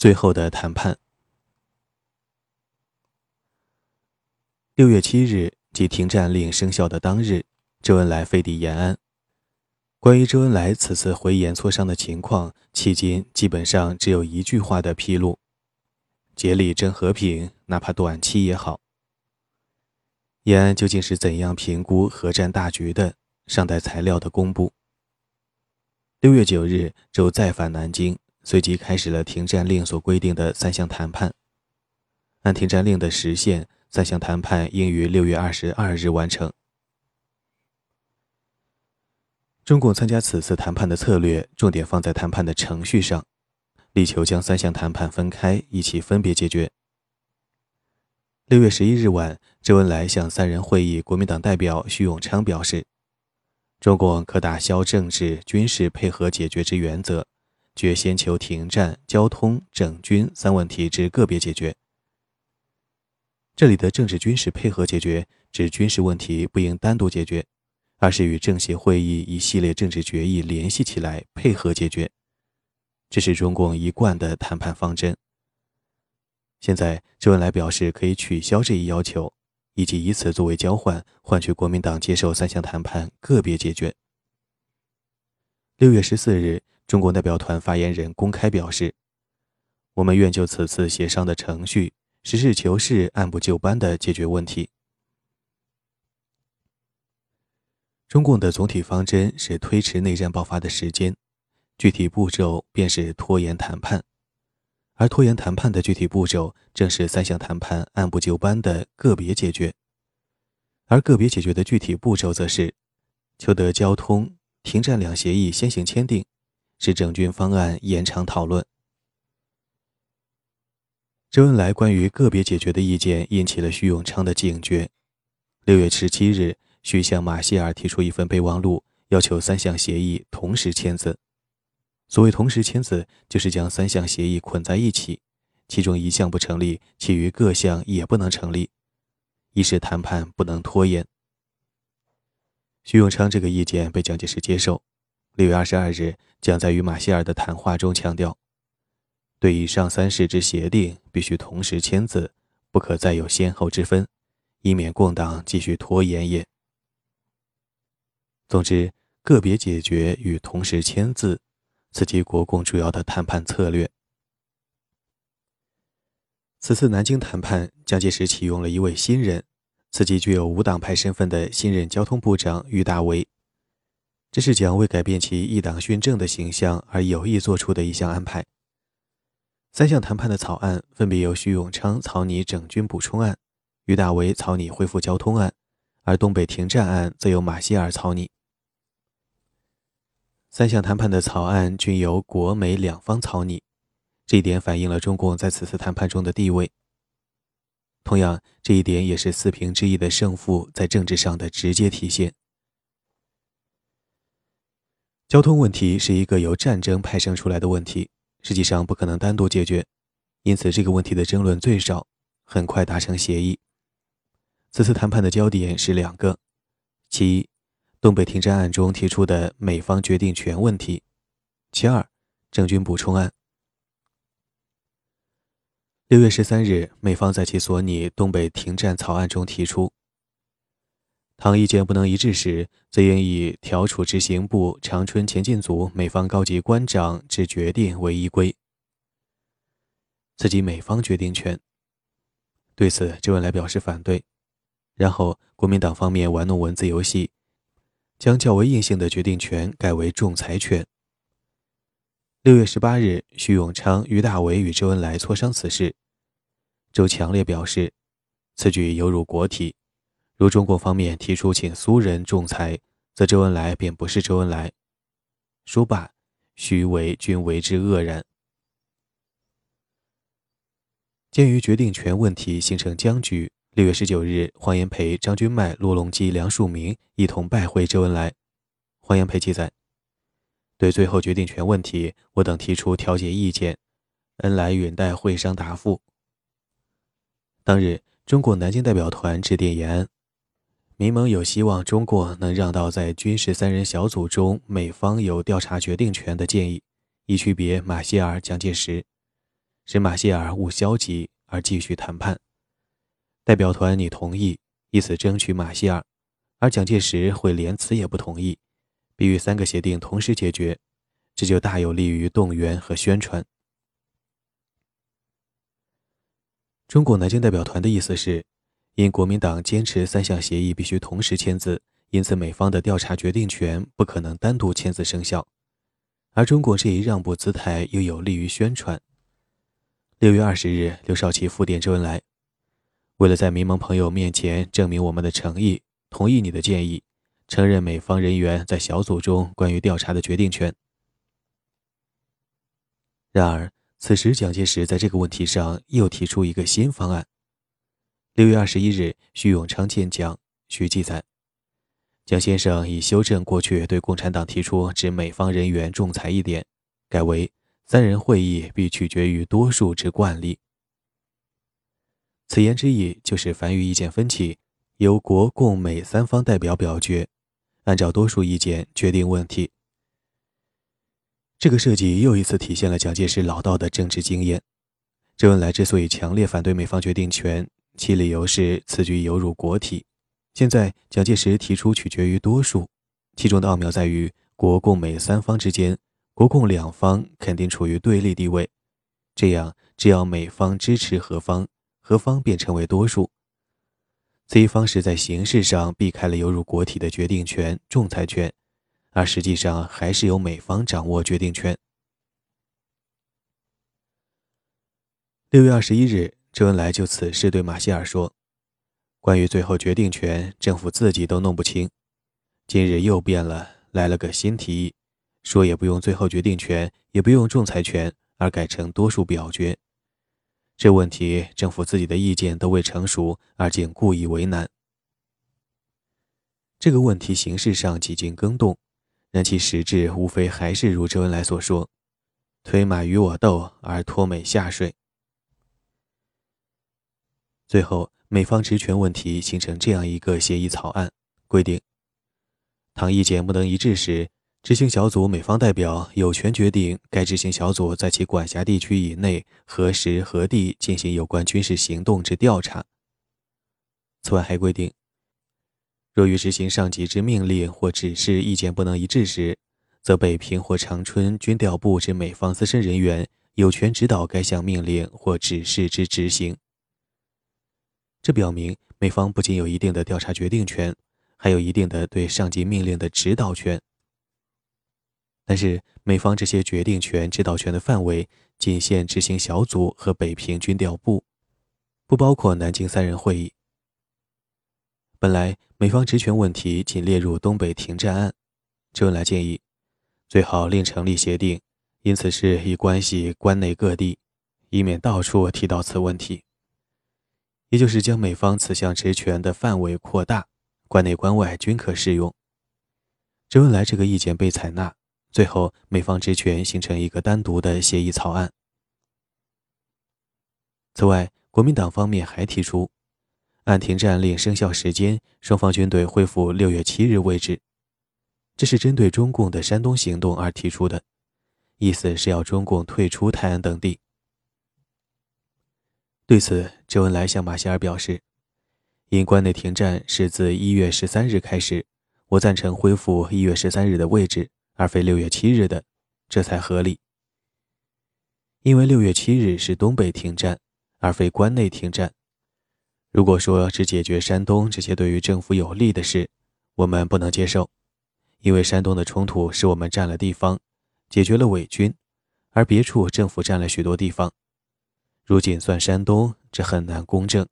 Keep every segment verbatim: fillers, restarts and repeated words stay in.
最后的谈判。六月七日，即停战令生效的当日，周恩来飞抵延安。关于周恩来此次回延磋商的情况，迄今基本上只有一句话的披露：竭力争和平，哪怕短期也好。延安究竟是怎样评估核战大局的，尚待材料的公布。六月九日，周再返南京，随即开始了停战令所规定的三项谈判。按停战令的时限，三项谈判应于六月二十二日完成。中共参加此次谈判的策略，重点放在谈判的程序上，力求将三项谈判分开，一起分别解决。六月十一日晚，周恩来向三人会议国民党代表徐永昌表示，中共可打消政治、军事配合解决之原则，决先求停战、交通、整军三问题之个别解决。这里的政治军事配合解决，指军事问题不应单独解决，而是与政协会议一系列政治决议联系起来配合解决。这是中共一贯的谈判方针。现在周恩来表示可以取消这一要求，以及以此作为交换，换取国民党接受三项谈判个别解决。六月十四日，中共代表团发言人公开表示，我们愿就此次协商的程序，实事求是、按部就班地解决问题。中共的总体方针是推迟内战爆发的时间，具体步骤便是拖延谈判，而拖延谈判的具体步骤正是三项谈判按部就班的个别解决，而个别解决的具体步骤则是求得交通、停战两协议先行签订，使整军方案延长讨论。周恩来关于个别解决的意见引起了徐永昌的警觉。六月十七日，徐向马歇尔提出一份备忘录，要求三项协议同时签字。所谓同时签字，就是将三项协议捆在一起，其中一项不成立，其余各项也不能成立，以使谈判不能拖延。徐永昌这个意见被蒋介石接受。六月二十二日，蒋在与马歇尔的谈话中强调，对以上三事之协定必须同时签字，不可再有先后之分，以免共党继续拖延也。总之，个别解决与同时签字，此即国共主要的谈判策略。此次南京谈判，蒋介石启用了一位新人，此即具有无党派身份的新任交通部长俞大维。这是蒋为改变其一党训政的形象而有意做出的一项安排。三项谈判的草案分别由徐永昌草拟整军补充案，俞大维草拟恢复交通案，而东北停战案则由马歇尔草拟。三项谈判的草案均由国美两方草拟，这一点反映了中共在此次谈判中的地位。同样，这一点也是四平之役的胜负在政治上的直接体现。交通问题是一个由战争派生出来的问题，实际上不可能单独解决，因此这个问题的争论最少，很快达成协议。此次谈判的焦点是两个，其一，东北停战案中提出的美方决定权问题；其二，整军补充案。六月十三日，美方在其所拟东北停战草案中提出，倘意见不能一致时，则应以调处执行部长春前进组美方高级官长之决定为依归，此即美方决定权。对此，周恩来表示反对。然后，国民党方面玩弄文字游戏，将较为硬性的决定权改为仲裁权。六月十八日，徐永昌、俞大维与周恩来磋商此事。周强烈表示，此举犹如国体，如中共方面提出请苏人仲裁，则周恩来便不是周恩来。说罢，徐维均为之愕然。鉴于决定权问题形成僵局，六月十九日，黄炎培、张君迈、骆龙基、梁漱溟一同拜会周恩来。黄炎培记载，对最后决定权问题，我等提出调解意见，恩来允待会商答复。当日，中共南京代表团致电延安，民盟有希望中共能让到在军事三人小组中美方有调查决定权的建议，以区别马歇尔、蒋介石。 使马歇尔勿消极而继续谈判。代表团拟同意，以此争取马歇尔，而蒋介石会连此也不同意，必须三个协定同时解决，这就大有利于动员和宣传。中共南京代表团的意思是，因国民党坚持三项协议必须同时签字，因此美方的调查决定权不可能单独签字生效，而中国这一让步姿态又有利于宣传。六月二十日，刘少奇复电周恩来，为了在民盟朋友面前证明我们的诚意，同意你的建议，承认美方人员在小组中关于调查的决定权。然而，此时蒋介石在这个问题上又提出一个新方案。六月二十一日，徐永昌见蒋，徐记载，蒋先生已修正过去对共产党提出指美方人员仲裁一点，改为三人会议必取决于多数之惯例。此言之意就是凡遇意见分歧，由国共美三方代表表决，按照多数意见决定问题。这个设计又一次体现了蒋介石老道的政治经验。周恩来之所以强烈反对美方决定权，其理由是此举犹如国体。现在蒋介石提出取决于多数，其中的奥妙在于国共美三方之间，国共两方肯定处于对立地位，这样只要美方支持何方，何方便成为多数。此一方式在形式上避开了犹如国体的决定权、仲裁权，而实际上还是由美方掌握决定权。六月二十一日，周恩来就此事对马歇尔说，关于最后决定权，政府自己都弄不清，今日又变了，来了个新提议，说也不用最后决定权，也不用仲裁权，而改成多数表决。这问题政府自己的意见都未成熟，而竟故意为难。这个问题形式上几经更动，然其实质无非还是如周恩来所说，推马与我斗而拖美下水。最后，美方职权问题形成这样一个协议草案，规定当意见不能一致时，执行小组美方代表有权决定该执行小组在其管辖地区以内何时何地进行有关军事行动之调查。此外还规定，若于执行上级之命令或指示意见不能一致时，则北平或长春军调部之美方资深人员有权指导该项命令或指示之执行。这表明美方不仅有一定的调查决定权，还有一定的对上级命令的指导权。但是美方这些决定权、指导权的范围仅限执行小组和北平军调部，不包括南京三人会议。本来美方职权问题仅列入东北停战案，周恩来建议最好另成立协定，因此是以关系关内各地，以免到处提到此问题。也就是将美方此项职权的范围扩大，关内关外均可适用。周恩来这个意见被采纳，最后美方职权形成一个单独的协议草案。此外，国民党方面还提出，按停战令生效时间，双方军队恢复六月七日为止。这是针对中共的山东行动而提出的，意思是要中共退出泰安等地。对此，周恩来向马歇尔表示，因关内停战是自一月十三日开始，我赞成恢复一月十三日的位置，而非六月七日的，这才合理。因为六月七日是东北停战，而非关内停战。如果说只解决山东这些对于政府有利的事，我们不能接受，因为山东的冲突使我们占了地方，解决了伪军，而别处政府占了许多地方。如仅算山东，这很难公正。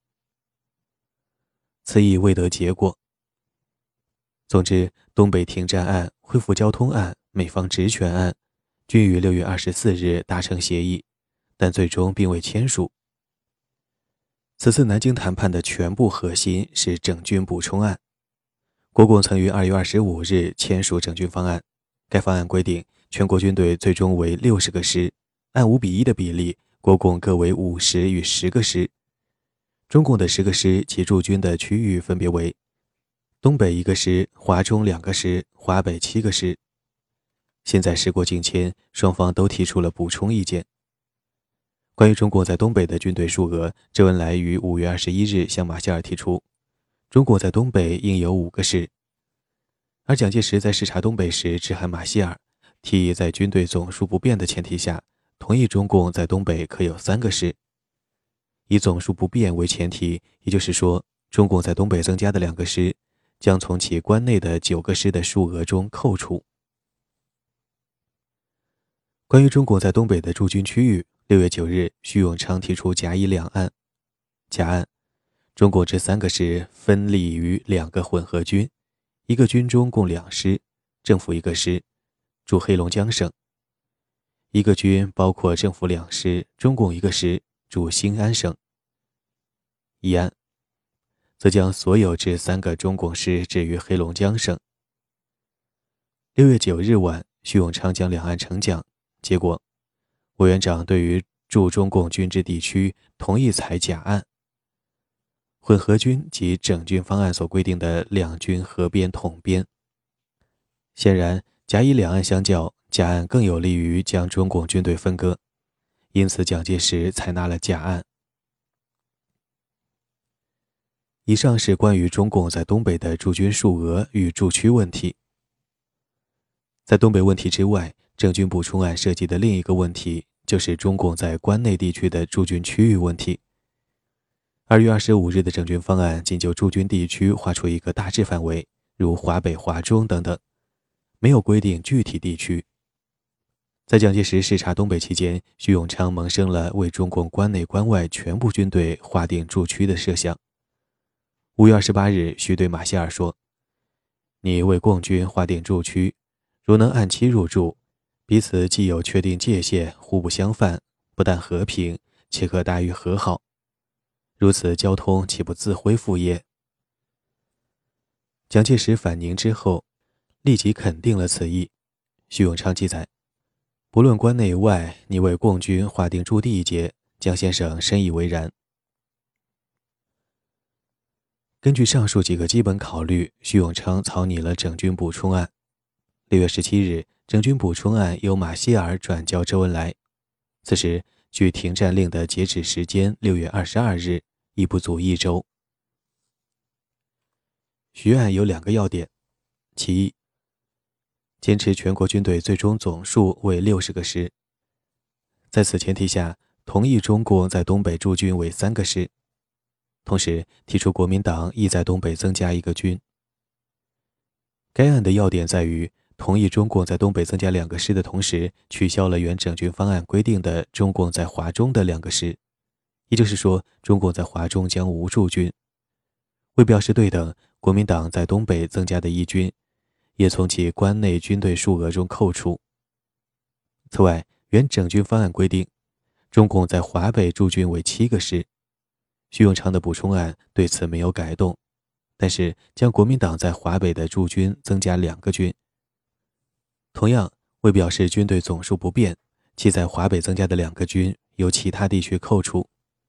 此议未得结果。总之，东北停战案、恢复交通案、美方职权案均于六月二十四日达成协议，但最终并未签署。此次南京谈判的全部核心是整军补充案。国共曾于二月二十五日签署整军方案，该方案规定全国军队最终为六十个师，按五比一的比例，国共各为五十与十个师。中共的十个师其驻军的区域分别为东北一个师、华中两个师、华北七个师。现在时过境迁，双方都提出了补充意见。 关于中国在东北的军队数额，周恩来于五月二十一日向马歇尔提出，中国在东北应有五个师。而蒋介石在视察东北时致函马歇尔，提议在军队总数不变的前提下，同意中共在东北可有三个师。以总数不变为前提，也就是说，中共在东北增加的两个师，将从其关内的九个师的数额中扣除。关于中国在东北的驻军区域，六月九日，徐永昌提出甲乙两案。甲案，中国之三个师分立于两个混合军，一个军中共两师，政府一个师，驻黑龙江省；一个军包括政府两师，中共一个师，驻兴安省。乙案，则将所有这三个中共师置于黑龙江省。六月九日晚，徐永昌将两案呈讲，结果，委员长对于驻中共军之地区同意采甲案。混合军及整军方案所规定的两军合编统编。显然，甲乙两案相较，甲案更有利于将中共军队分割，因此蒋介石采纳了甲案。以上是关于中共在东北的驻军数额与驻区问题。在东北问题之外，政军补充案涉及的另一个问题，就是中共在关内地区的驻军区域问题。二月二十五日的整军方案仅就驻军地区划出一个大致范围，如华北、华中等等，没有规定具体地区。在蒋介石视察东北期间，徐永昌萌生了为中共关内关外全部军队划定驻区的设想。五月二十八日，徐对马歇尔说：“你为共军划定驻区，如能按期入驻，彼此既有确定界限，互不相犯，不但和平，且可大于和好。如此交通岂不自恢复耶？”蒋介石返宁之后，立即肯定了此意。徐永昌记载：“不论关内外，你为共军划定驻地一节，蒋先生深以为然。”根据上述几个基本考虑，徐永昌草拟了整军补充案。六月十七日，整军补充案由马歇尔转交周恩来。此时，距停战令的截止时间六月二十二日，已不足一周。徐案有两个要点：其一，坚持全国军队最终总数为六十个师，在此前提下，同意中共在东北驻军为三个师。同时提出国民党亦在东北增加一个军。该案的要点在于同意中共在东北增加两个师的同时，取消了原整军方案规定的中共在华中的两个师，也就是说，中共在华中将无驻军。为表示对等，国民党在东北增加的一军，也从其关内军队数额中扣除。此外，原整军方案规定，中共在华北驻军为七个师。徐永昌的补充案对此没有改动，但是将国民党在华北的驻军增加两个军。同样，为表示军队总数不变，其在华北增加的两个军由其他地区扣除。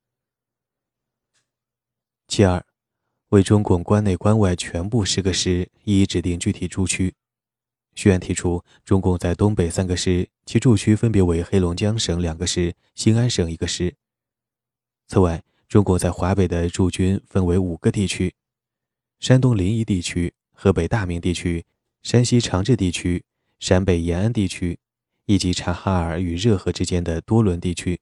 其二，为中共关内关外全部十个师一一指定具体驻区。徐案提出，中共在东北三个师，其驻区分别为黑龙江省两个师、兴安省一个师。此外，中国在华北的驻军分为五个地区：山东临沂地区、河北大名地区、山西长治地区、陕北延安地区，以及察哈尔与热河之间的多伦地区。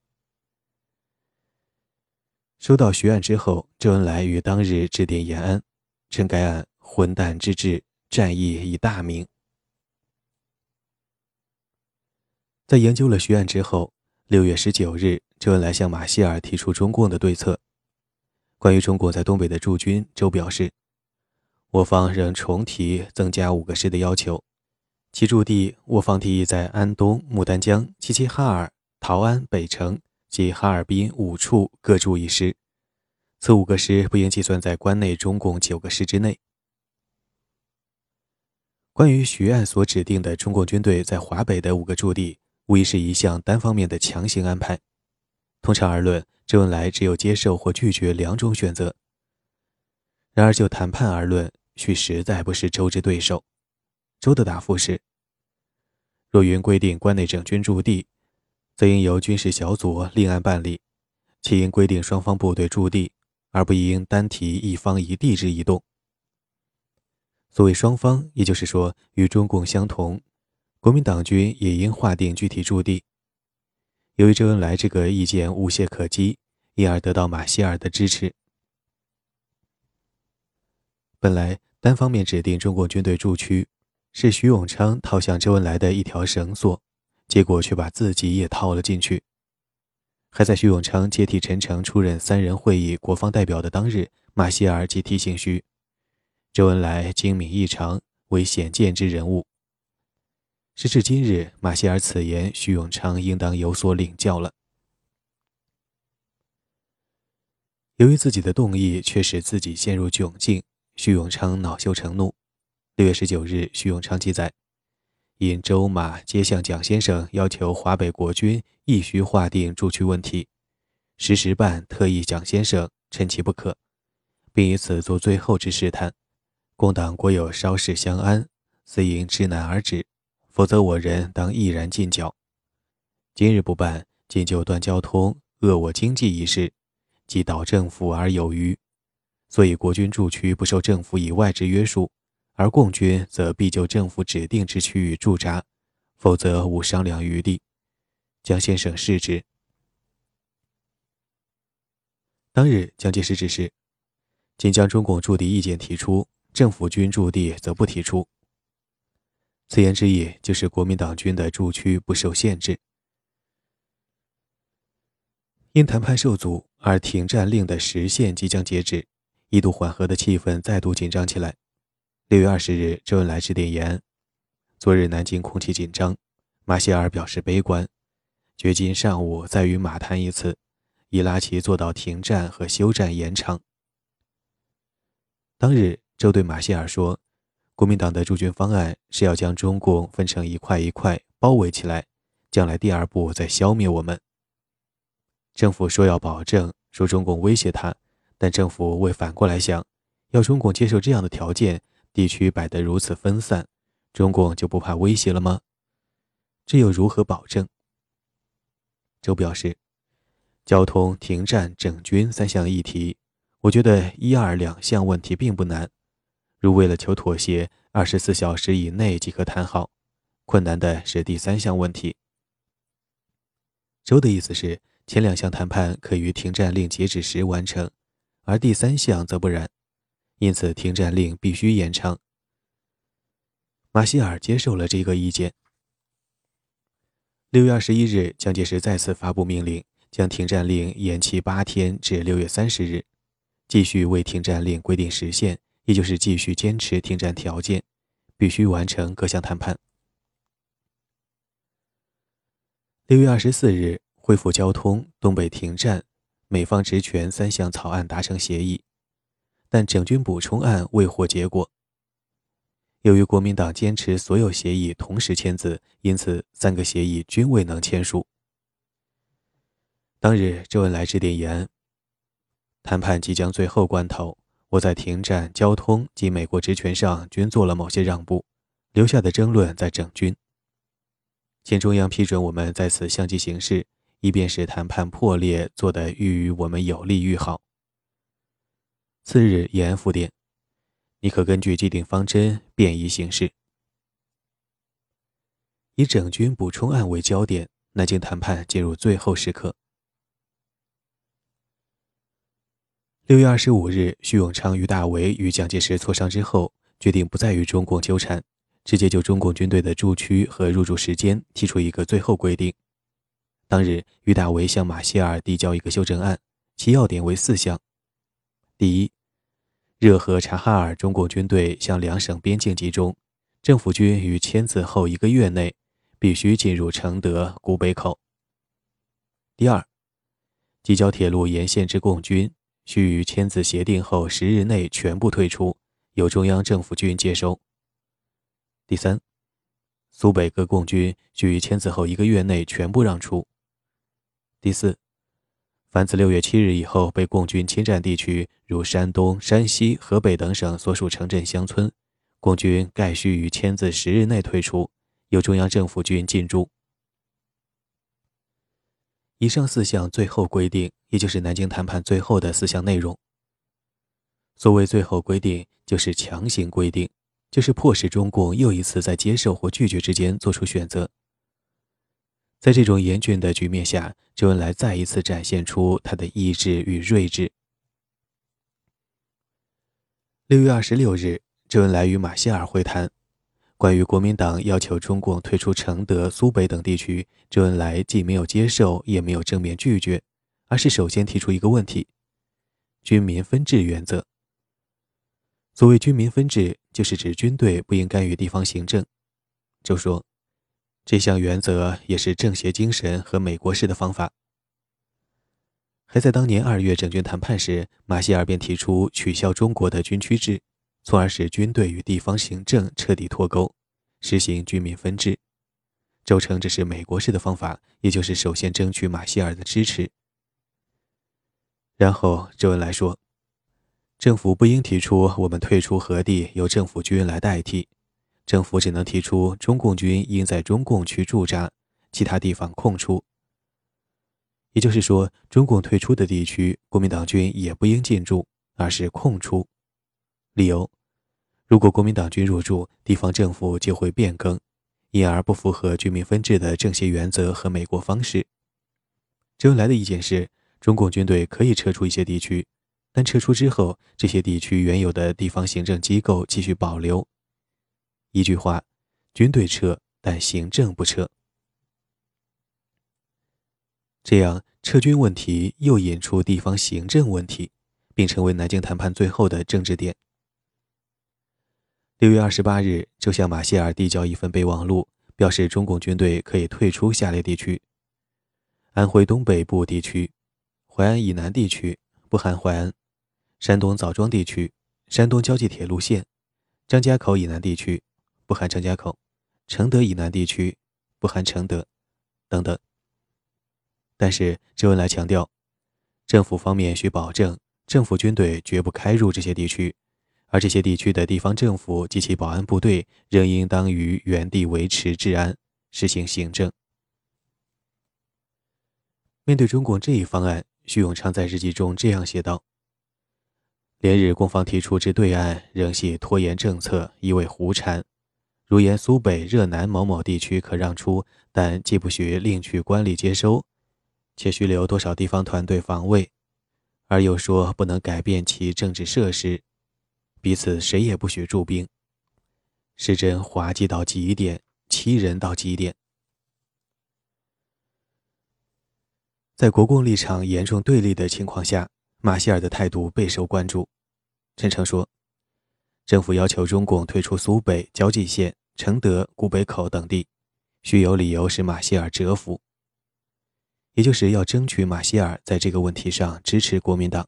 收到徐案之后，周恩来于当日致电延安，称该案混蛋之至，战役已大明。在研究了徐案之后，六月十九日，周恩来向马歇尔提出中共的对策。关于中国在东北的驻军，周表示，我方仍重提增加五个师的要求，其驻地我方提议在安东、牡丹江、齐齐哈尔、陶安、北城及哈尔滨五处各驻一师，此五个师不应计算在关内中共九个师之内。关于徐案所指定的中共军队在华北的五个驻地，无疑是一项单方面的强行安排。通常而论，周恩来只有接受或拒绝两种选择。然而就谈判而论，徐实在不是周之对手。周的答复是：若云规定关内整军驻地， 则应由军事小组另案办理，其应规定双方部队驻地，而不应单提一方一地之移动。所谓双方，也就是说与中共相同，国民党军也应划定具体驻地。由于周恩来这个意见无懈可击，因而得到马歇尔的支持。本来单方面指定中国军队驻区，是徐永昌套向周恩来的一条绳索，结果却把自己也套了进去。还在徐永昌接替陈诚出任三人会议国防代表的当日，马歇尔即提醒徐，周恩来精明异常，为显见之人物。时至今日，马歇尔此言，徐永昌应当有所领教了。由于自己的动议却使自己陷入窘境，徐永昌恼羞成怒。六月十九日，徐永昌记载，因周马皆向蒋先生要求华北国军亦须划定驻区问题，时时办特意蒋先生趁其不可，并以此作最后之试探。共党国有稍事相安，斯应知难而止，否则我人当毅然进剿。今日不办，仅就断交通、扼我经济一事，即倒政府而有余。所以国军驻区不受政府以外之约束，而共军则必就政府指定之区域驻扎，否则无商量余地。蒋先生示之。当日蒋介石指示，仅将中共驻地意见提出，政府军驻地则不提出。此言之意就是国民党军的驻区不受限制。因谈判受阻而停战令的时限即将截止，一度缓和的气氛再度紧张起来。六月二十日，周恩来致电言：昨日南京空气紧张，马歇尔表示悲观，决今上午再与马谈一次，以拉其做到停战和休战延长。当日，周对马歇尔说，国民党的驻军方案是要将中共分成一块一块包围起来，将来第二步再消灭我们。政府说要保证，说中共威胁他，但政府未反过来想，要中共接受这样的条件，地区摆得如此分散，中共就不怕威胁了吗？这又如何保证？周表示，交通、停战、整军三项议题，我觉得一二两项问题并不难，如为了求妥协，二十四小时以内即可谈好，困难的是第三项问题。周的意思是，前两项谈判可于停战令截止时完成，而第三项则不然，因此停战令必须延长。马歇尔接受了这个意见。六月二十一日，蒋介石再次发布命令，将停战令延期八天至六月三十日，继续为停战令规定时限，也就是继续坚持停战条件，必须完成各项谈判。六月二十四日，恢复交通、东北停战、美方职权三项草案达成协议，但整军补充案未获结果。由于国民党坚持所有协议同时签字，因此三个协议均未能签署。当日，周恩来致电言：谈判即将最后关头，我在停战、交通及美国职权上均做了某些让步，留下的争论在整军。请中央批准我们在此相继行事，以便使谈判破裂做得愈与我们有利愈好。次日延安复电，你可根据既定方针便宜行事。以整军补充案为焦点，南京谈判进入最后时刻。六月二十五日，徐永昌、俞大维与蒋介石磋商之后，决定不再与中共纠缠，直接就中共军队的驻区和入驻时间提出一个最后规定。当日，俞大维向马歇尔递交一个修正案，其要点为四项：第一，热河、察哈尔中共军队向两省边境集中，政府军于签字后一个月内必须进入承德、古北口。第二，吉交铁路沿线之共军须于签字协定后十日内全部退出，由中央政府军接收。第三，苏北各共军须于签字后一个月内全部让出。第四，凡自六月七日以后被共军侵占地区，如山东、山西、河北等省所属城镇乡村，共军概须于签字十日内退出，由中央政府军进驻。 以上四项最后规定，也就是南京谈判最后的四项内容。所谓最后规定，就是强行规定，就是迫使中共又一次在接受或拒绝之间做出选择。在这种严峻的局面下，周恩来再一次展现出他的意志与睿智。六月二十六日，周恩来与马歇尔会谈，关于国民党要求中共退出承德、苏北等地区，周恩来既没有接受，也没有正面拒绝，而是首先提出一个问题：军民分治原则。所谓军民分治，就是指军队不应干预地方行政。周说，这项原则也是政协精神和美国式的方法。还在当年二月整军谈判时，马歇尔便提出取消中国的军区制，从而使军队与地方行政彻底脱钩，实行军民分治。周称这是美国式的方法，也就是首先争取马歇尔的支持。然后周恩来说，政府不应提出我们退出何地由政府军来代替，政府只能提出中共军应在中共区驻扎，其他地方空出。也就是说，中共退出的地区，国民党军也不应进驻，而是空出。理由：如果国民党军入驻，地方政府就会变更，因而不符合军民分治的政协原则和美国方式。周恩来的意见是，中共军队可以撤出一些地区，但撤出之后，这些地区原有的地方行政机构继续保留。一句话，军队撤，但行政不撤。这样，撤军问题又引出地方行政问题，并成为南京谈判最后的政治点。六月二十八日，就向马歇尔递交一份备忘录，表示中共军队可以退出下列地区：安徽东北部地区、淮安以南地区不含淮安、山东枣庄地区、山东交际铁路线、张家口以南地区不含张家口、承德以南地区不含承德等等。但是周恩来强调，政府方面需保证政府军队绝不开入这些地区，而这些地区的地方政府及其保安部队仍应当于原地维持治安，实行行政。面对中共这一方案，徐永昌在日记中这样写道：连日攻方提出之对岸，仍系拖延政策，一味胡缠。如言苏北、热南某某地区可让出，但既不许另取官吏接收，且需留多少地方团队防卫，而又说不能改变其政治设施，彼此谁也不许驻兵，是真滑稽到极点，欺人到极点。在国共立场严重对立的情况下，马歇尔的态度备受关注。陈诚说，政府要求中共退出苏北、交际县、承德、古北口等地，须有理由使马歇尔折服，也就是要争取马歇尔在这个问题上支持国民党。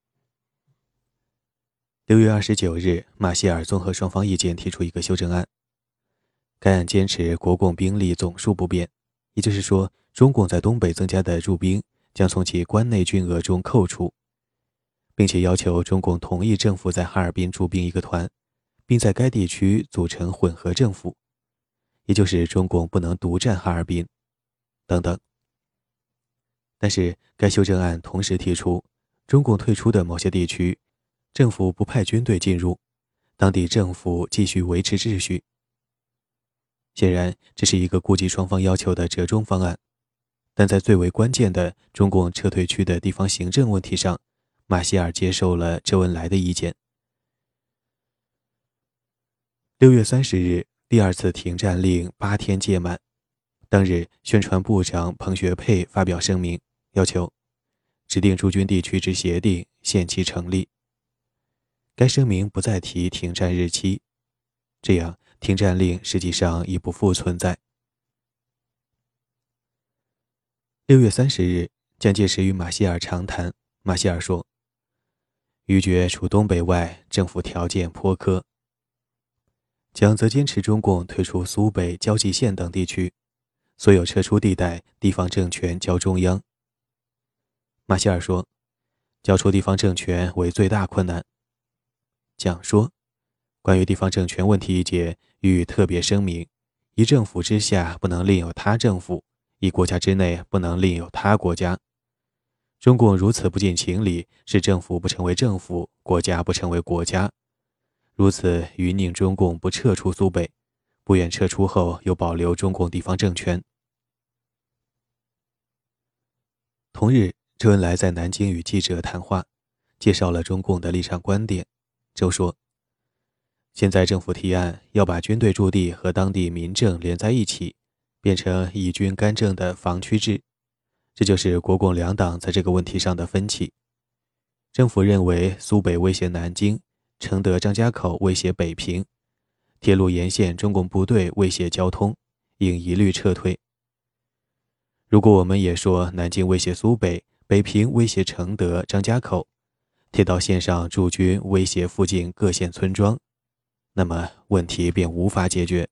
六月二十九日，马歇尔综合双方意见，提出一个修正案。该案坚持国共兵力总数不变，也就是说，中共在东北增加的驻兵将从其关内军额中扣除，并且要求中共同意政府在哈尔滨驻兵一个团，并在该地区组成混合政府，也就是中共不能独占哈尔滨等等。但是该修正案同时提出，中共退出的某些地区，政府不派军队进入，当地政府继续维持秩序。显然，这是一个顾及双方要求的折中方案，但在最为关键的中共撤退区的地方行政问题上，马歇尔接受了周恩来的意见。六月三十日，第二次停战令八天届满，当日宣传部长彭学沛发表声明，要求指定驻军地区之协定限期成立。该声明不再提停战日期，这样停战令实际上已不复存在。六月三十日，蒋介石与马歇尔长谈，马歇尔说，余觉除东北外，政府条件颇苛。蒋则坚持中共退出苏北、交际县等地区，所有撤出地带，地方政权交中央。马歇尔说，交出地方政权为最大困难。蒋说，关于地方政权问题一节，予以特别声明，一政府之下不能另有他政府， 一国家之内不能另有他国家。中共如此不近情理，使政府不成为政府，国家不成为国家，如此余宁中共不撤出苏北，不愿撤出后又保留中共地方政权。同日，周恩来在南京与记者谈话，介绍了中共的立场观点。周说，现在政府提案要把军队驻地和当地民政连在一起，变成以军干政的防区制，这就是国共两党在这个问题上的分歧。政府认为苏北威胁南京，承德张家口威胁北平，铁路沿线中共部队威胁交通，应一律撤退。如果我们也说南京威胁苏北，北平威胁承德张家口，铁道线上驻军威胁附近各县村庄，那么问题便无法解决。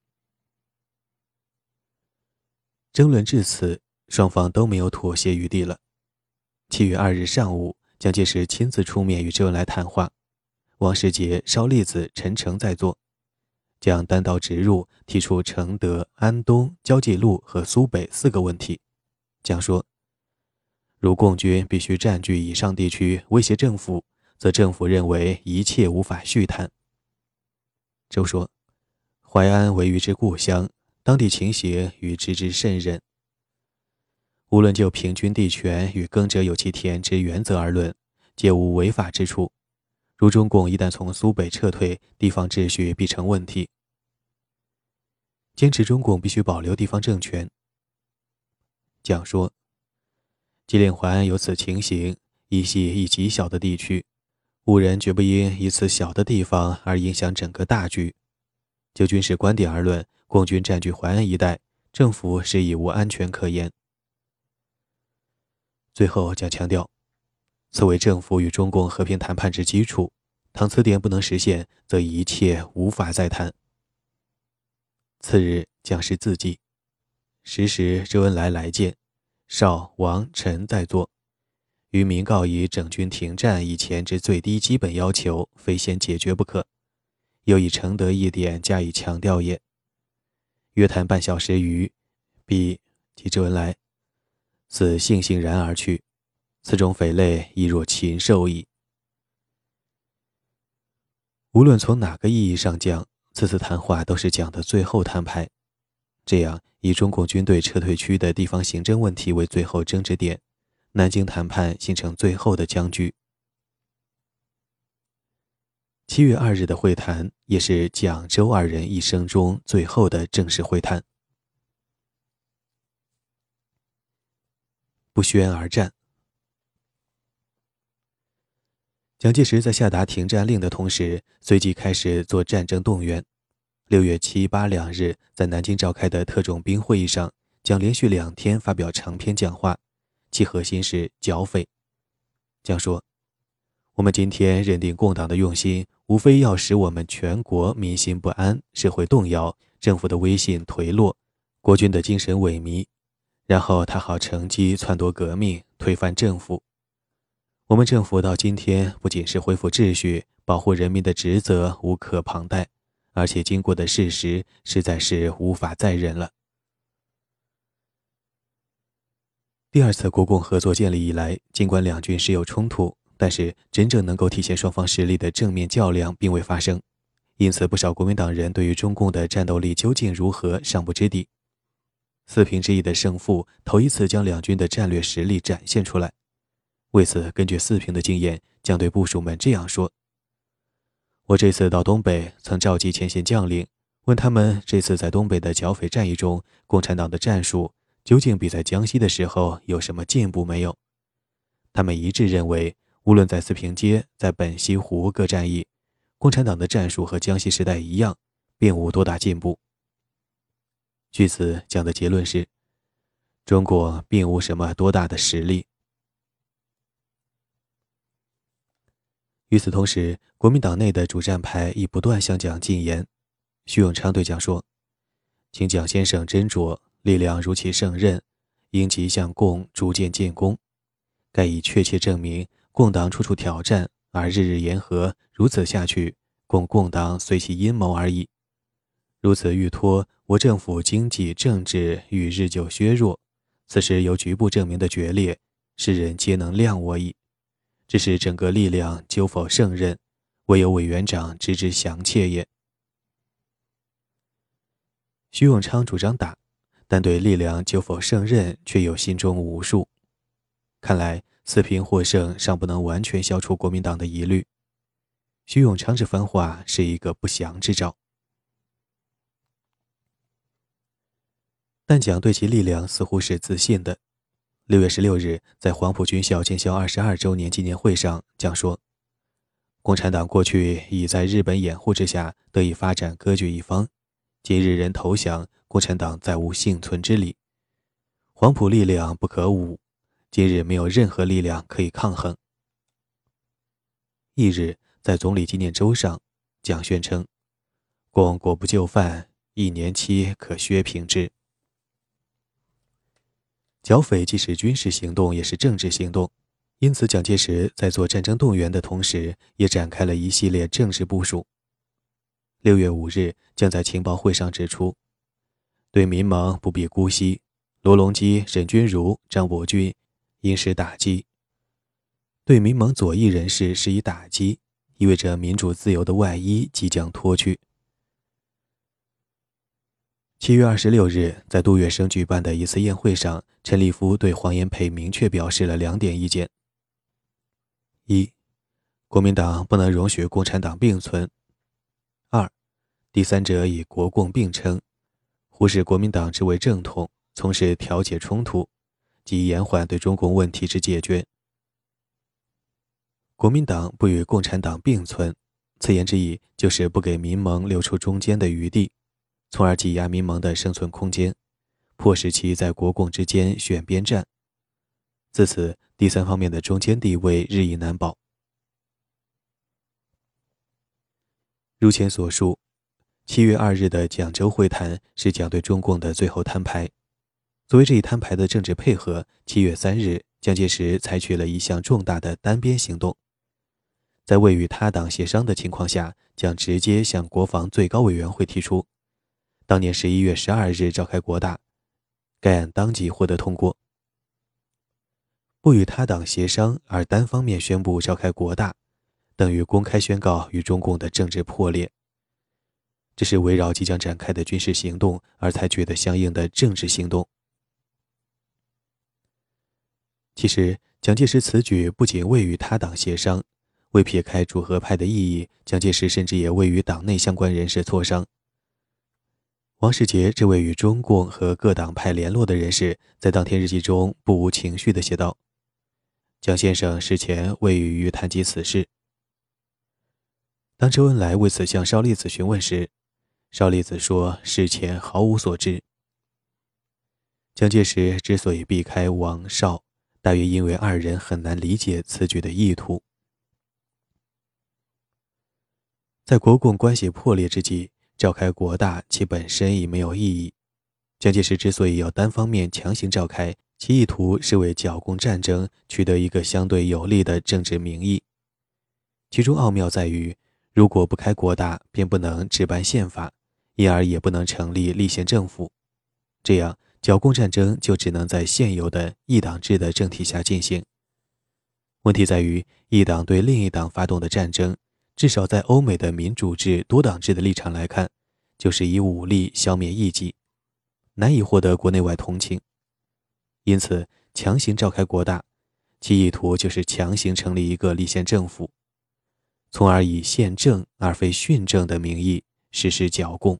争论至此，双方都没有妥协余地了。七月二日上午，蒋介石亲自出面与周恩来谈话，王世杰、邵力子、陈诚在座，将单刀直入，提出承德、安东、交际路和苏北四个问题。蒋说，如共军必须占据以上地区威胁政府，则政府认为一切无法续谈。周说，淮安为余之故乡，当地情形与知之甚稔。无论就平均地权与耕者有其田之原则而论，皆无违法之处。如中共一旦从苏北撤退，地方秩序必成问题。坚持中共必须保留地方政权。蒋说，吉林淮安有此情形，亦系一极小的地区，吾人绝不应以此小的地方而影响整个大局。就军事观点而论，共军占据淮安一带，政府是已无安全可言。最后蒋强调，此为政府与中共和平谈判之基础，倘此点不能实现，则一切无法再谈。次日，蒋氏自记，时时周恩来来见，邵、王、陈在座，于民告以整军停战以前之最低基本要求，非先解决不可，又以承德一点加以强调也。约谈半小时余，彼即周恩来，此悻悻然而去，此种匪类亦若禽兽矣。无论从哪个意义上讲，此次谈话都是蒋的最后摊牌。这样，以中共军队撤退区的地方行政问题为最后争执点，南京谈判形成最后的僵局。七月二日的会谈也是蒋周二人一生中最后的正式会谈。不宣而战。蒋介石在下达停战令的同时，随即开始做战争动员。六月七八两日，在南京召开的特种兵会议上，蒋连续两天发表长篇讲话，其核心是剿匪。蒋说，我们今天认定共党的用心，无非要使我们全国民心不安，社会动摇，政府的威信颓落，国军的精神萎靡，然后他好乘机篡夺革命，推翻政府。我们政府到今天不仅是恢复秩序，保护人民的职责无可旁贷，而且经过的事实实在是无法再忍了。第二次国共合作建立以来，尽管两军时有冲突，但是真正能够体现双方实力的正面较量并未发生，因此不少国民党人对于中共的战斗力究竟如何尚不知底。四平之役的胜负头一次将两军的战略实力展现出来。为此，根据四平的经验，将对部属们这样说：我这次到东北，曾召集前线将领，问他们这次在东北的剿匪战役中，共产党的战术究竟比在江西的时候有什么进步没有？他们一致认为，无论在四平街、在本溪湖各战役，共产党的战术和江西时代一样，并无多大进步。据此讲的结论是，中国并无什么多大的实力。与此同时，国民党内的主战派亦不断向蒋进言。徐永昌对蒋说，请蒋先生斟酌，力量如其胜任，应即向共逐渐进攻。该以确切证明共党处处挑战，而日日言和，如此下去，共共党随其阴谋而已。如此欲拖， 我政府经济政治与日久削弱，此时由局部证明的决裂，世人皆能谅我矣。只是整个力量究否胜任，唯有委员长知之详切也。徐永昌主张打，但对力量究否胜任却又心中无数。看来四平获胜尚不能完全消除国民党的疑虑。徐永昌这番话是一个不祥之兆。但蒋对其力量似乎是自信的。六月十六日，在黄埔军校建校二十二周年纪念会上，蒋说：“共产党过去已在日本掩护之下得以发展割据一方，今日人投降，共产党再无幸存之理。黄埔力量不可侮，今日没有任何力量可以抗衡。”翌日，在总理纪念周上，蒋宣称：“共果不就范，一年期可削平之。”剿匪既是军事行动，也是政治行动，因此蒋介石在做战争动员的同时，也展开了一系列政治部署。六月五日，蒋在情报会上指出，对民盟不必姑息，罗隆基、沈钧儒、张伯钧应施打击。对民盟左翼人士施以打击，意味着民主自由的外衣即将脱去。七月二十六日，在杜月笙举办的一次宴会上，陈立夫对黄炎培明确表示了两点意见：一、国民党不能容许共产党并存；二、第三者以国共并称，忽视国民党之为正统，从事调解冲突，即延缓对中共问题之解决。国民党不与共产党并存，此言之意就是不给民盟留出中间的余地，从而挤压民盟的生存空间，迫使其在国共之间选边站。自此，第三方面的中间地位日益难保。如前所述，七月二日的蒋州会谈是蒋对中共的最后摊牌。作为这一摊牌的政治配合，七月三日，蒋介石采取了一项重大的单边行动。在未与他党协商的情况下，蒋直接向国防最高委员会提出，当年十一月十二日召开国大，该案当即获得通过。不与他党协商而单方面宣布召开国大，等于公开宣告与中共的政治破裂。这是围绕即将展开的军事行动而采取的相应的政治行动。其实，蒋介石此举不仅未与他党协商，为撇开主和派的意义，蒋介石甚至也未与党内相关人士磋商。王世杰这位与中共和各党派联络的人士，在当天日记中不无情绪地写道：“蒋先生事前未与于谈及此事。”当周恩来为此向邵力子询问时，邵力子说事前毫无所知。蒋介石之所以避开王邵，大约因为二人很难理解此举的意图。在国共关系破裂之际，召开国大其本身已没有意义。蒋介石之所以要单方面强行召开，其意图是为剿共战争取得一个相对有利的政治名义。其中奥妙在于，如果不开国大，便不能制办宪法，因而也不能成立立宪政府。这样，剿共战争就只能在现有的一党制的政体下进行。问题在于，一党对另一党发动的战争，至少在欧美的民主制、多党制的立场来看，就是以武力消灭异己，难以获得国内外同情。因此，强行召开国大，其意图就是强行成立一个立宪政府，从而以宪政而非训政的名义实施剿共。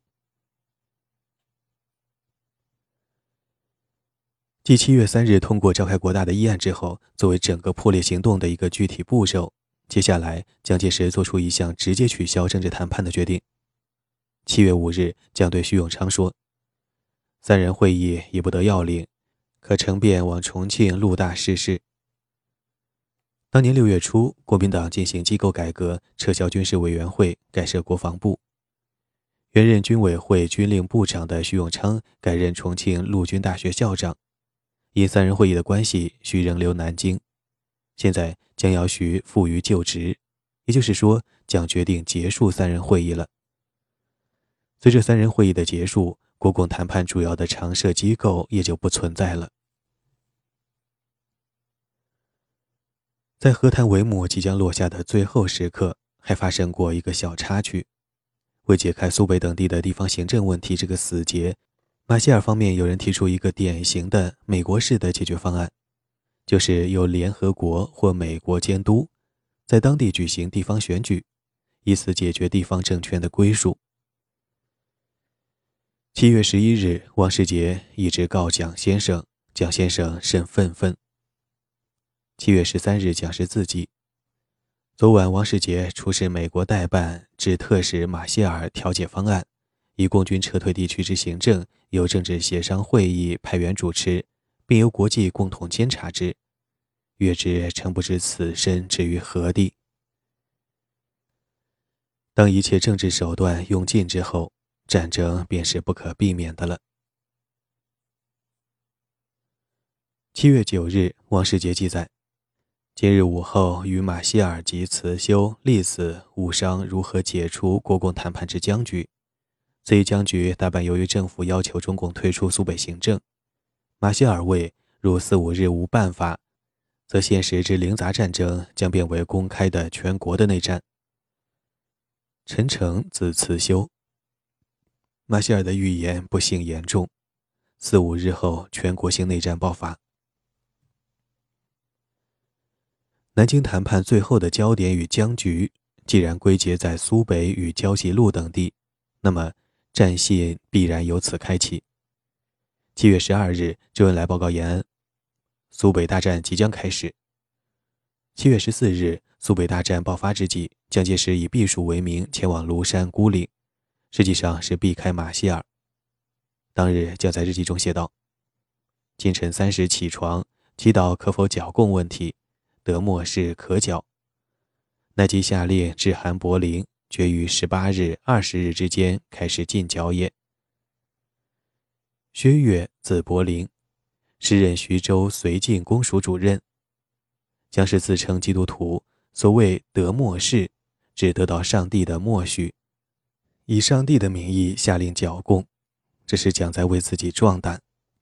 继七月三日通过召开国大的议案之后，作为整个破裂行动的一个具体步骤，接下来蒋介石做出一项直接取消政治谈判的决定。七月五日，蒋对徐永昌说：“三人会议已不得要领，可乘便往重庆陆大试试。”当年六月初，国民党进行机构改革，撤销军事委员会，改设国防部。原任军委会军令部长的徐永昌改任重庆陆军大学校长。因三人会议的关系，徐仍留南京。现在将要徐复于就职，也就是说，蒋决定结束三人会议了。随着三人会议的结束， 国共谈判主要的常设机构也就不存在了。在和谈帷幕即将落下的最后时刻，还发生过一个小插曲。为解开苏北等地的地方行政问题这个死结，马歇尔方面有人提出一个典型的美国式的解决方案，就是由联合国或美国监督，在当地举行地方选举，以此解决地方政权的归属。七月十一日，王世杰一直告蒋先生，蒋先生甚愤愤。七月十三日，蒋氏自记：昨晚王世杰出使美国代办致特使马歇尔调解方案，以共军撤退地区之行政由政治协商会议派员主持，并由国际共同监察之。阅之诚不知此身置于何地。当一切政治手段用尽之后，战争便是不可避免的了。七月九日，王世杰记载：今日午后与马歇尔及慈修、利斯务商如何解除国共谈判之僵局。此一僵局大半由于政府要求中共退出苏北行政。马歇尔谓，如四五日无办法，则现实之零杂战争将变为公开的全国的内战。陈诚字慈修。马歇尔的预言不幸严重，四五日后全国性内战爆发。南京谈判最后的焦点与僵局既然归结在苏北与胶西路等地，那么战线必然由此开启。七月十二日，周恩来报告延安，苏北大战即将开始。七月十四日，苏北大战爆发之际，蒋介石以避暑为名前往庐山孤岭，实际上是避开马歇尔。当日蒋在日记中写道：清晨三时起床，祈祷可否剿共问题，得末是可剿。乃即下令致函柏林，决于十八日、二十日之间开始进剿也。薛岳字柏林，时任徐州绥靖公署主任。蒋氏自称基督徒，所谓得默示，指得到上帝的默许，以上帝的名义下令剿共，这是蒋在为自己壮胆。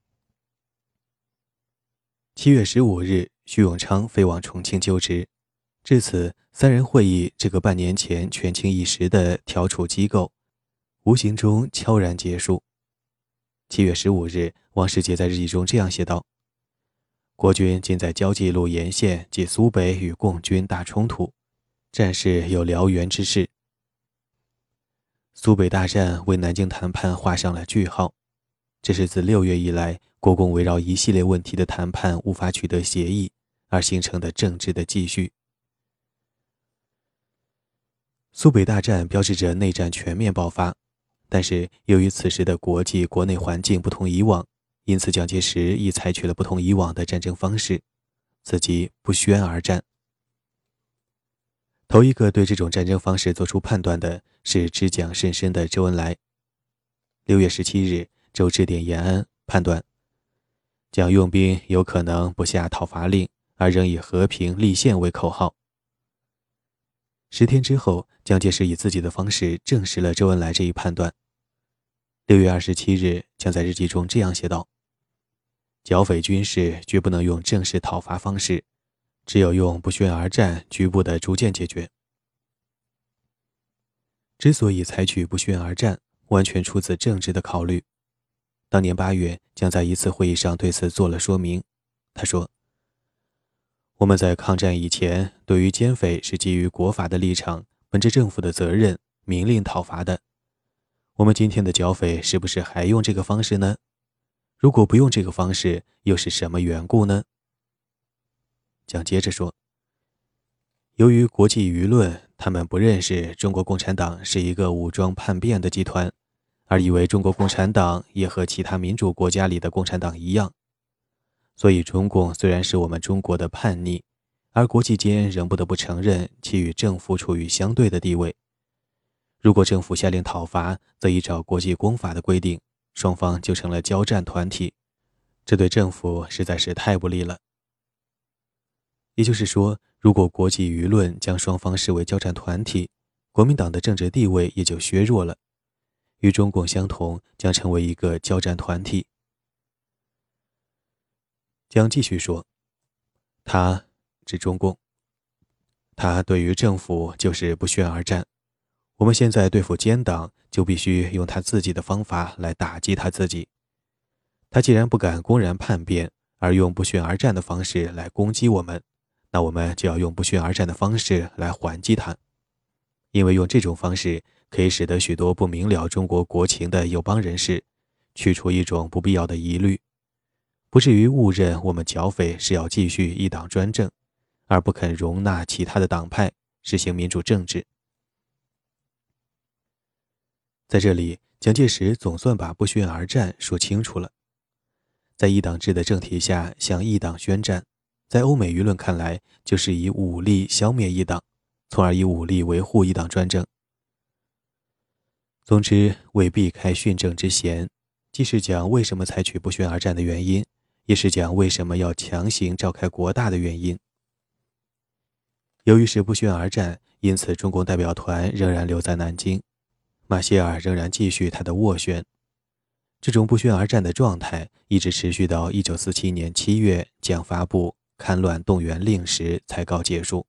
七月十五日，徐永昌飞往重庆就职。至此，三人会议这个半年前权倾一时的调处机构，无形中悄然结束。七月十五日，王世杰在日记中这样写道：国军今在胶济路沿线及苏北与共军大冲突，战事有燎原之势。苏北大战为南京谈判画上了句号，这是自六月以来国共围绕一系列问题的谈判无法取得协议而形成的政治的继续。苏北大战标志着内战全面爆发，但是由于此时的国际国内环境不同以往，因此蒋介石亦采取了不同以往的战争方式，此即不宣而战。头一个对这种战争方式做出判断的是知蒋甚深的周恩来。六月十七日，周致电延安，判断蒋用兵有可能不下讨伐令，而仍以和平立宪为口号。十天之后，蒋介石以自己的方式证实了周恩来这一判断。六月二十七日，蒋在日记中这样写道：剿匪军事绝不能用正式讨伐方式，只有用不宣而战局部的逐渐解决。之所以采取不宣而战，完全出自政治的考虑。当年八月，蒋在一次会议上对此做了说明。他说：我们在抗战以前，对于奸匪是基于国法的立场，本着政府的责任，明令讨伐的。我们今天的剿匪是不是还用这个方式呢？如果不用这个方式，又是什么缘故呢？蒋接着说，由于国际舆论，他们不认识中国共产党是一个武装叛变的集团，而以为中国共产党也和其他民主国家里的共产党一样。所以中共虽然是我们中国的叛逆，而国际间仍不得不承认其与政府处于相对的地位。如果政府下令讨伐，则依照国际公法的规定，双方就成了交战团体，这对政府实在是太不利了。也就是说，如果国际舆论将双方视为交战团体，国民党的政治地位也就削弱了。 与中共相同，将成为一个交战团体。将继续说，他指中共，他对于政府就是不宣而战。我们现在对付奸党，就必须用他自己的方法来打击他自己。他既然不敢公然叛变，而用不宣而战的方式来攻击我们，那我们就要用不宣而战的方式来还击他。因为用这种方式可以使得许多不明了中国国情的友邦人士去除一种不必要的疑虑，不至于误认我们剿匪是要继续一党专政，而不肯容纳其他的党派，实行民主政治。在这里，蒋介石总算把不宣而战说清楚了。在一党制的政体下向一党宣战，在欧美舆论看来，就是以武力消灭一党，从而以武力维护一党专政。总之，为避开训政之嫌，既是讲为什么采取不宣而战的原因，也是讲为什么要强行召开国大的原因。由于是不宣而战，因此中共代表团仍然留在南京，马歇尔仍然继续他的斡旋。这种不宣而战的状态一直持续到一九四七年七月蒋发布戡乱动员令时才告结束。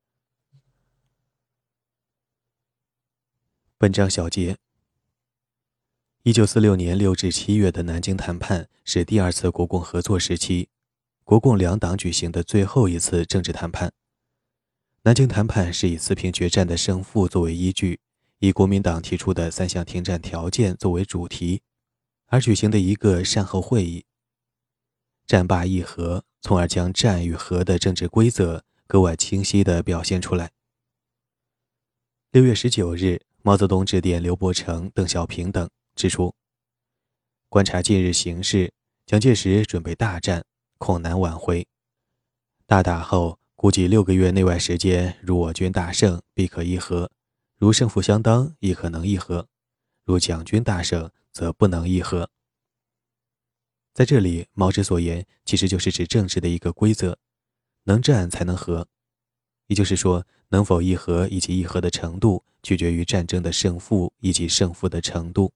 本章小结。一九四六年六至七月的南京谈判是第二次国共合作时期，国共两党举行的最后一次政治谈判。南京谈判是以四平决战的胜负作为依据，以国民党提出的三项停战条件作为主题而举行的一个善后会议。战罢议和，从而将战与和的政治规则格外清晰地表现出来。六月十九日，毛泽东致电刘伯承、邓小平等，指出：观察近日形势，蒋介石准备大战，恐难挽回。大打后，估计六个月内外时间，如我军大胜，必可议和；如胜负相当，亦可能议和；如蒋军大胜，则不能议和。在这里，毛之所言其实就是指政治的一个规则，能战才能和。也就是说，能否议和以及议和的程度，取决于战争的胜负以及胜负的程度。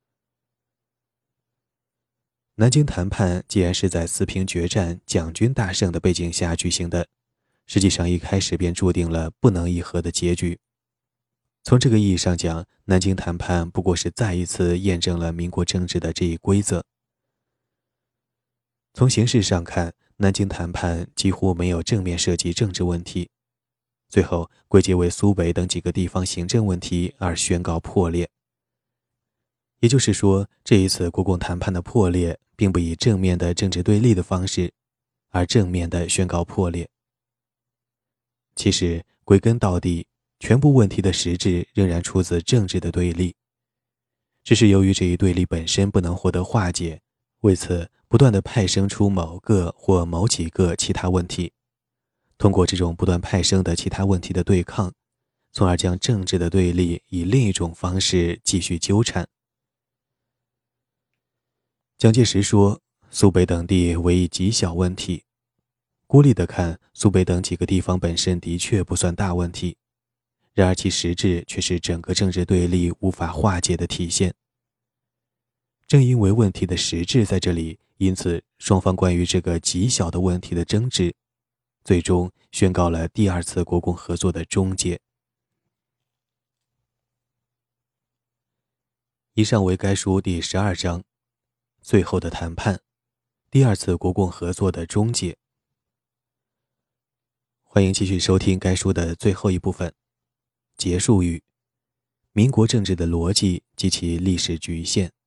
南京谈判既然是在四平决战蒋军大胜的背景下举行的，实际上一开始便注定了不能议和的结局。从这个意义上讲，南京谈判不过是再一次验证了民国政治的这一规则。从形式上看，南京谈判几乎没有正面涉及政治问题，最后归结为苏北等几个地方行政问题而宣告破裂。也就是说，这一次国共谈判的破裂并不以正面的政治对立的方式，而正面的宣告破裂。其实归根到底，全部问题的实质仍然出自政治的对立，只是由于这一对立本身不能获得化解，为此不断地派生出某个或某几个其他问题，通过这种不断派生的其他问题的对抗，从而将政治的对立以另一种方式继续纠缠。蒋介石说，苏北等地为一极小问题。孤立地看，苏北等几个地方本身的确不算大问题，然而其实质却是整个政治对立无法化解的体现。正因为问题的实质在这里，因此双方关于这个极小的问题的争执，最终宣告了第二次国共合作的终结。以上为该书第十二章，最后的谈判，第二次国共合作的终结。欢迎继续收听该书的最后一部分，结束语：民国政治的逻辑及其历史局限。